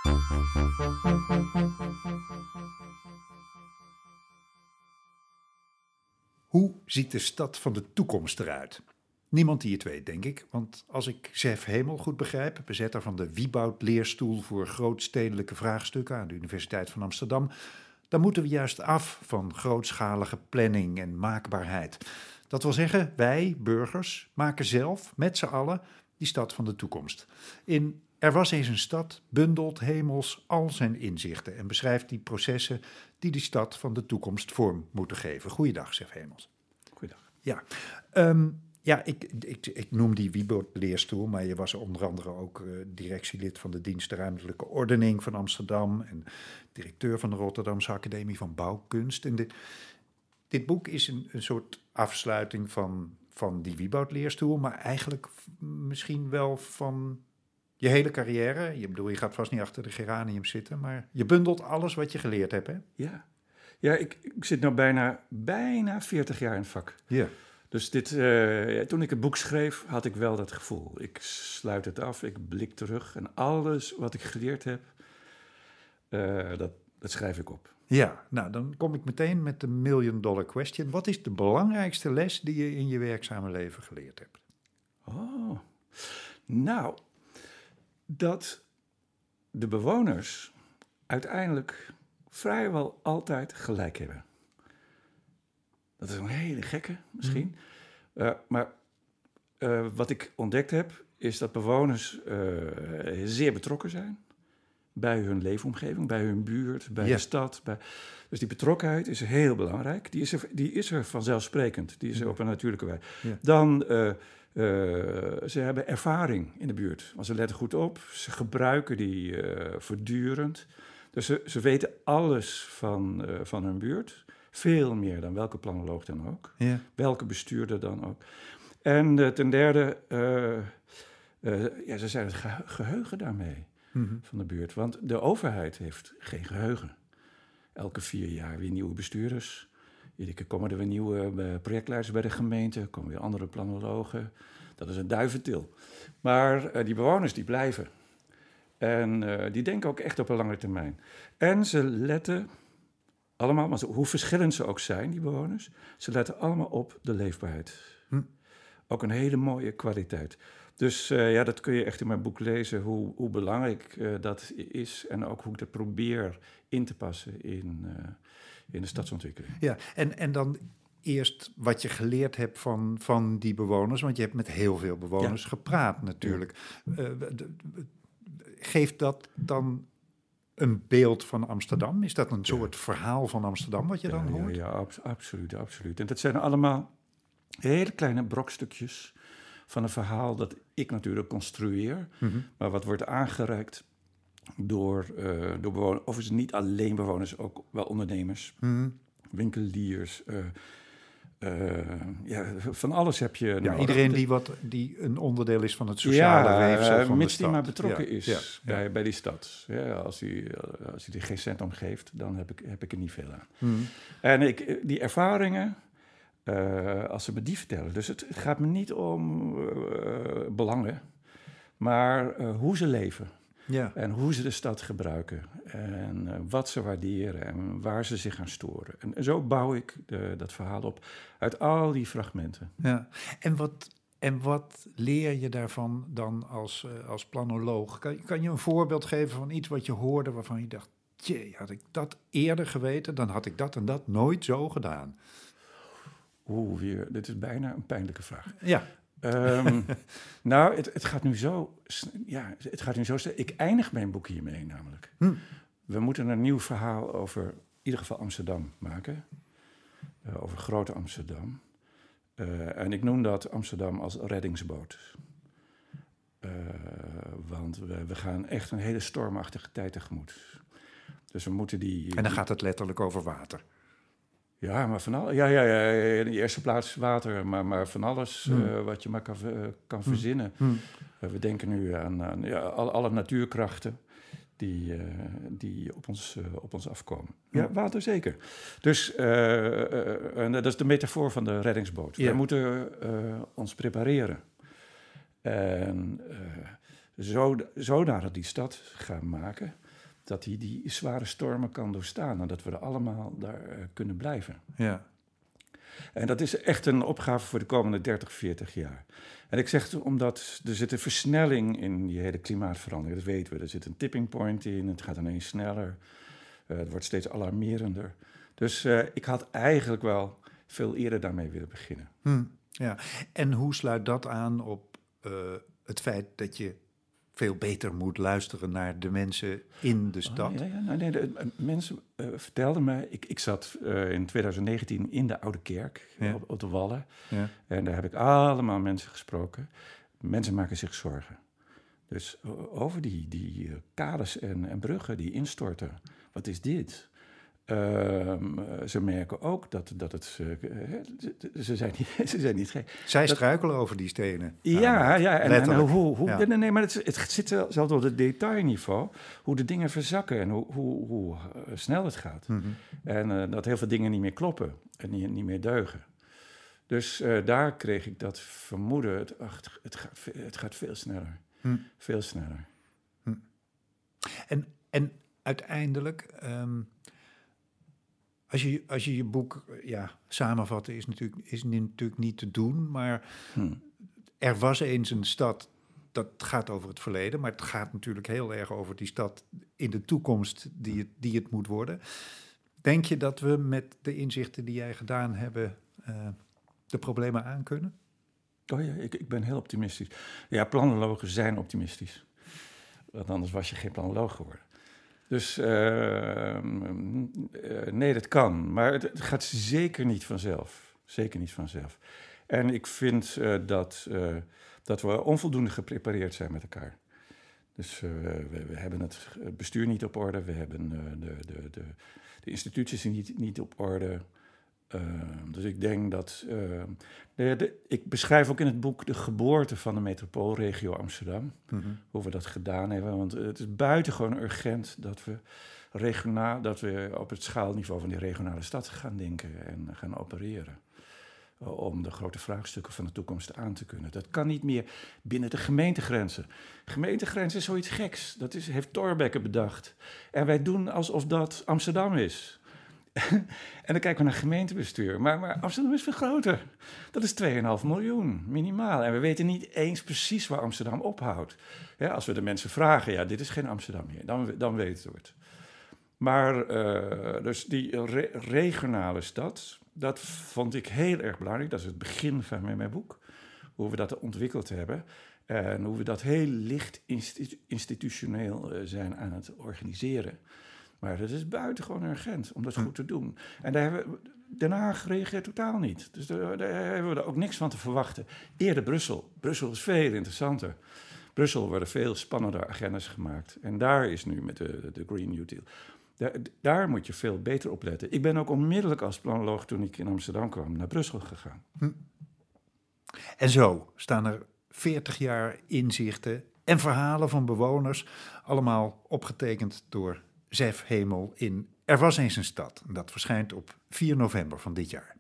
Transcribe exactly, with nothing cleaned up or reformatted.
Hoe ziet de stad van de toekomst eruit? Niemand die het weet, denk ik. Want als ik Zeef Hemel goed begrijp, bezetter van de Wieboud-leerstoel voor grootstedelijke vraagstukken aan de Universiteit van Amsterdam, dan moeten we juist af van grootschalige planning en maakbaarheid. Dat wil zeggen, wij, burgers, maken zelf, met z'n allen, die stad van de toekomst. In Er was eens een stad bundelt Hemels al zijn inzichten en beschrijft die processen die die stad van de toekomst vorm moeten geven. Goeiedag, Zeef Hemels. Goeiedag. Ja, um, ja ik, ik, ik noem die Wieboud-leerstoel, maar je was onder andere ook uh, directielid van de Dienst Ruimtelijke Ordening van Amsterdam en directeur van de Rotterdamse Academie van Bouwkunst. En dit, dit boek is een, een soort afsluiting van, van die Wieboud-leerstoel, maar eigenlijk misschien wel van je hele carrière. Je bedoel, je gaat vast niet achter de geranium zitten, maar je bundelt alles wat je geleerd hebt, hè? Ja, ja ik, ik zit nu bijna, bijna veertig jaar in het vak. Ja. Dus dit, uh, toen ik het boek schreef, had ik wel dat gevoel. Ik sluit het af, ik blik terug en alles wat ik geleerd heb, uh, dat, dat schrijf ik op. Ja, nou dan kom ik meteen met de million dollar question. Wat is de belangrijkste les die je in je werkzame leven geleerd hebt? Oh, nou, dat de bewoners uiteindelijk vrijwel altijd gelijk hebben. Dat is een hele gekke misschien. Mm. Uh, maar uh, wat ik ontdekt heb, is dat bewoners uh, zeer betrokken zijn bij hun leefomgeving, bij hun buurt, bij ja. de stad. Bij... Dus die betrokkenheid is heel belangrijk. Die is er, die is er vanzelfsprekend. Die is er ja. op een natuurlijke wijze. Ja. Dan, uh, uh, ze hebben ervaring in de buurt. Want ze letten goed op. Ze gebruiken die uh, voortdurend. Dus ze, ze weten alles van, uh, van hun buurt. Veel meer dan welke planoloog dan ook. Ja. Welke bestuurder dan ook. En uh, ten derde, uh, uh, ja, ze zijn het ge- geheugen daarmee. Mm-hmm. Van de buurt. Want de overheid heeft geen geheugen. Elke vier jaar weer nieuwe bestuurders. Iedere keer komen er weer nieuwe uh, projectleiders bij de gemeente. Komen weer andere planologen. Dat is een duiventil. Maar uh, die bewoners die blijven. En uh, die denken ook echt op een lange termijn. En ze letten allemaal, maar hoe verschillend ze ook zijn, die bewoners, ze letten allemaal op de leefbaarheid. Hm. Ook een hele mooie kwaliteit. Dus uh, ja, dat kun je echt in mijn boek lezen, hoe, hoe belangrijk uh, dat is en ook hoe ik dat probeer in te passen in, uh, in de stadsontwikkeling. Ja, en, en dan eerst wat je geleerd hebt van, van die bewoners, want je hebt met heel veel bewoners ja. gepraat natuurlijk. Ja. Uh, de, de, geeft dat dan een beeld van Amsterdam? Is dat een soort ja. verhaal van Amsterdam wat je ja, dan ja, hoort? Ja, ab- absoluut, absoluut. En dat zijn allemaal hele kleine brokstukjes van een verhaal dat ik natuurlijk construeer, mm-hmm. maar wat wordt aangereikt door, uh, door bewoners. Of is het niet alleen bewoners, ook wel ondernemers, mm-hmm. winkeliers. Uh, uh, ja, van alles heb je. Ja, nodig. iedereen die, wat, die een onderdeel is van het sociale ja, weefsel van mits de stad. die maar betrokken ja, is ja, bij, ja. bij die stad. Ja, als hij als hij er geen cent om geeft, dan heb ik, heb ik er niet veel aan. Mm-hmm. En ik, die ervaringen, Uh, als ze me die vertellen. Dus het, het gaat me niet om uh, belangen, maar uh, hoe ze leven. Ja. En hoe ze de stad gebruiken. En uh, wat ze waarderen en waar ze zich aan storen. En, en zo bouw ik de, dat verhaal op uit al die fragmenten. Ja. En wat... En wat leer je daarvan dan als, uh, als planoloog? Kan, kan je een voorbeeld geven van iets wat je hoorde waarvan je dacht, jee, had ik dat eerder geweten, dan had ik dat en dat nooit zo gedaan. Oeh, weer, dit is bijna een pijnlijke vraag. Ja. Um, nou, het, het gaat nu zo, ja, het gaat nu zo. Ik eindig mijn boek hiermee namelijk. Hm. We moeten een nieuw verhaal over, in ieder geval Amsterdam maken. Uh, over grote Amsterdam. Uh, en ik noem dat Amsterdam als reddingsboot. Uh, want we, we gaan echt een hele stormachtige tijd tegemoet. Dus we moeten die... En dan gaat het letterlijk over water. Ja, maar van alles. Ja, ja, ja, in de eerste plaats water, maar, maar van alles mm. uh, wat je maar kan, uh, kan mm. verzinnen. Mm. Uh, we denken nu aan, aan ja, alle, alle natuurkrachten die, uh, die op, ons, uh, op ons afkomen. Ja, ja, water zeker. Dus uh, uh, uh, dat is de metafoor van de reddingsboot. Ja. We moeten uh, ons prepareren. En uh, zo, zodanig die stad gaan maken dat hij die zware stormen kan doorstaan en dat we er allemaal daar uh, kunnen blijven. Ja. En dat is echt een opgave voor de komende dertig, veertig jaar. En ik zeg het omdat er zit een versnelling in die hele klimaatverandering. Dat weten we. Er zit een tipping point in. Het gaat ineens sneller. Uh, het wordt steeds alarmerender. Dus uh, ik had eigenlijk wel veel eerder daarmee willen beginnen. Hm, ja. En hoe sluit dat aan op uh, het feit dat je veel beter moet luisteren naar de mensen in de stad? Oh, ja, ja. Nou, nee, de, de, mensen uh, vertelden mij... Ik, ik zat uh, in twintig negentien in de Oude Kerk, ja. op, op de Wallen. Ja. En daar heb ik allemaal mensen gesproken. Mensen maken zich zorgen. Dus uh, over die, die uh, kades en, en bruggen die instorten. Wat is dit? Uh, ze merken ook dat, dat het... Uh, ze, zijn niet, ze zijn niet gek. Zij dat, struikelen over die stenen. Ja, ja. En, en hoe... hoe ja. Nee, nee, maar het, het zit zelfs op het detailniveau. Hoe de dingen verzakken en hoe, hoe, hoe uh, snel het gaat. Mm-hmm. En uh, dat heel veel dingen niet meer kloppen en niet, niet meer deugen. Dus uh, daar kreeg ik dat vermoeden. Het, ach, het, gaat, het gaat veel sneller. Hm. Veel sneller. Hm. En, en uiteindelijk... Um, Als je, als je je boek ja, samenvatten is natuurlijk, is natuurlijk niet te doen, maar hmm. er was eens een stad, dat gaat over het verleden, maar het gaat natuurlijk heel erg over die stad in de toekomst die het, die het moet worden. Denk je dat we met de inzichten die jij gedaan hebben uh, de problemen aankunnen? Oh ja, ik, ik ben heel optimistisch. Ja, planologen zijn optimistisch. Want anders was je geen planoloog geworden. Dus uh, uh, nee, dat kan. Maar het, het gaat zeker niet vanzelf. Zeker niet vanzelf. En ik vind uh, dat, uh, dat we onvoldoende geprepareerd zijn met elkaar. Dus uh, we, we hebben het bestuur niet op orde. We hebben uh, de, de, de, de instituties niet, niet op orde. Uh, dus ik denk dat... Uh, de, de, ik beschrijf ook in het boek de geboorte van de metropoolregio Amsterdam. Mm-hmm. Hoe we dat gedaan hebben. Want het is buitengewoon urgent dat we, regionaal, dat we op het schaalniveau van die regionale stad gaan denken en gaan opereren. Uh, om de grote vraagstukken van de toekomst aan te kunnen. Dat kan niet meer binnen de gemeentegrenzen. Gemeentegrenzen is zoiets geks. Dat is, heeft Thorbecke bedacht. En wij doen alsof dat Amsterdam is. En dan kijken we naar gemeentebestuur. Maar, maar Amsterdam is veel groter. Dat is twee komma vijf miljoen, minimaal. En we weten niet eens precies waar Amsterdam ophoudt. Ja, als we de mensen vragen, ja, dit is geen Amsterdam meer. Dan, dan weten we het. Maar uh, dus die re- regionale stad, dat vond ik heel erg belangrijk. Dat is het begin van mijn boek. Hoe we dat ontwikkeld hebben. En hoe we dat heel licht institu- institutioneel uh, zijn aan het organiseren. Maar dat is buitengewoon urgent om dat goed te doen. En daar hebben we, Den Haag reageert totaal niet. Dus daar, daar hebben we er ook niks van te verwachten. Eerder Brussel. Brussel is veel interessanter. Brussel worden veel spannender agendas gemaakt. En daar is nu met de, de Green New Deal. Daar, daar moet je veel beter op letten. Ik ben ook onmiddellijk als planoloog, toen ik in Amsterdam kwam, naar Brussel gegaan. Hm. En zo staan er veertig jaar inzichten en verhalen van bewoners, allemaal opgetekend door Zef Hemel in Er was eens een stad. Dat verschijnt op vier november van dit jaar.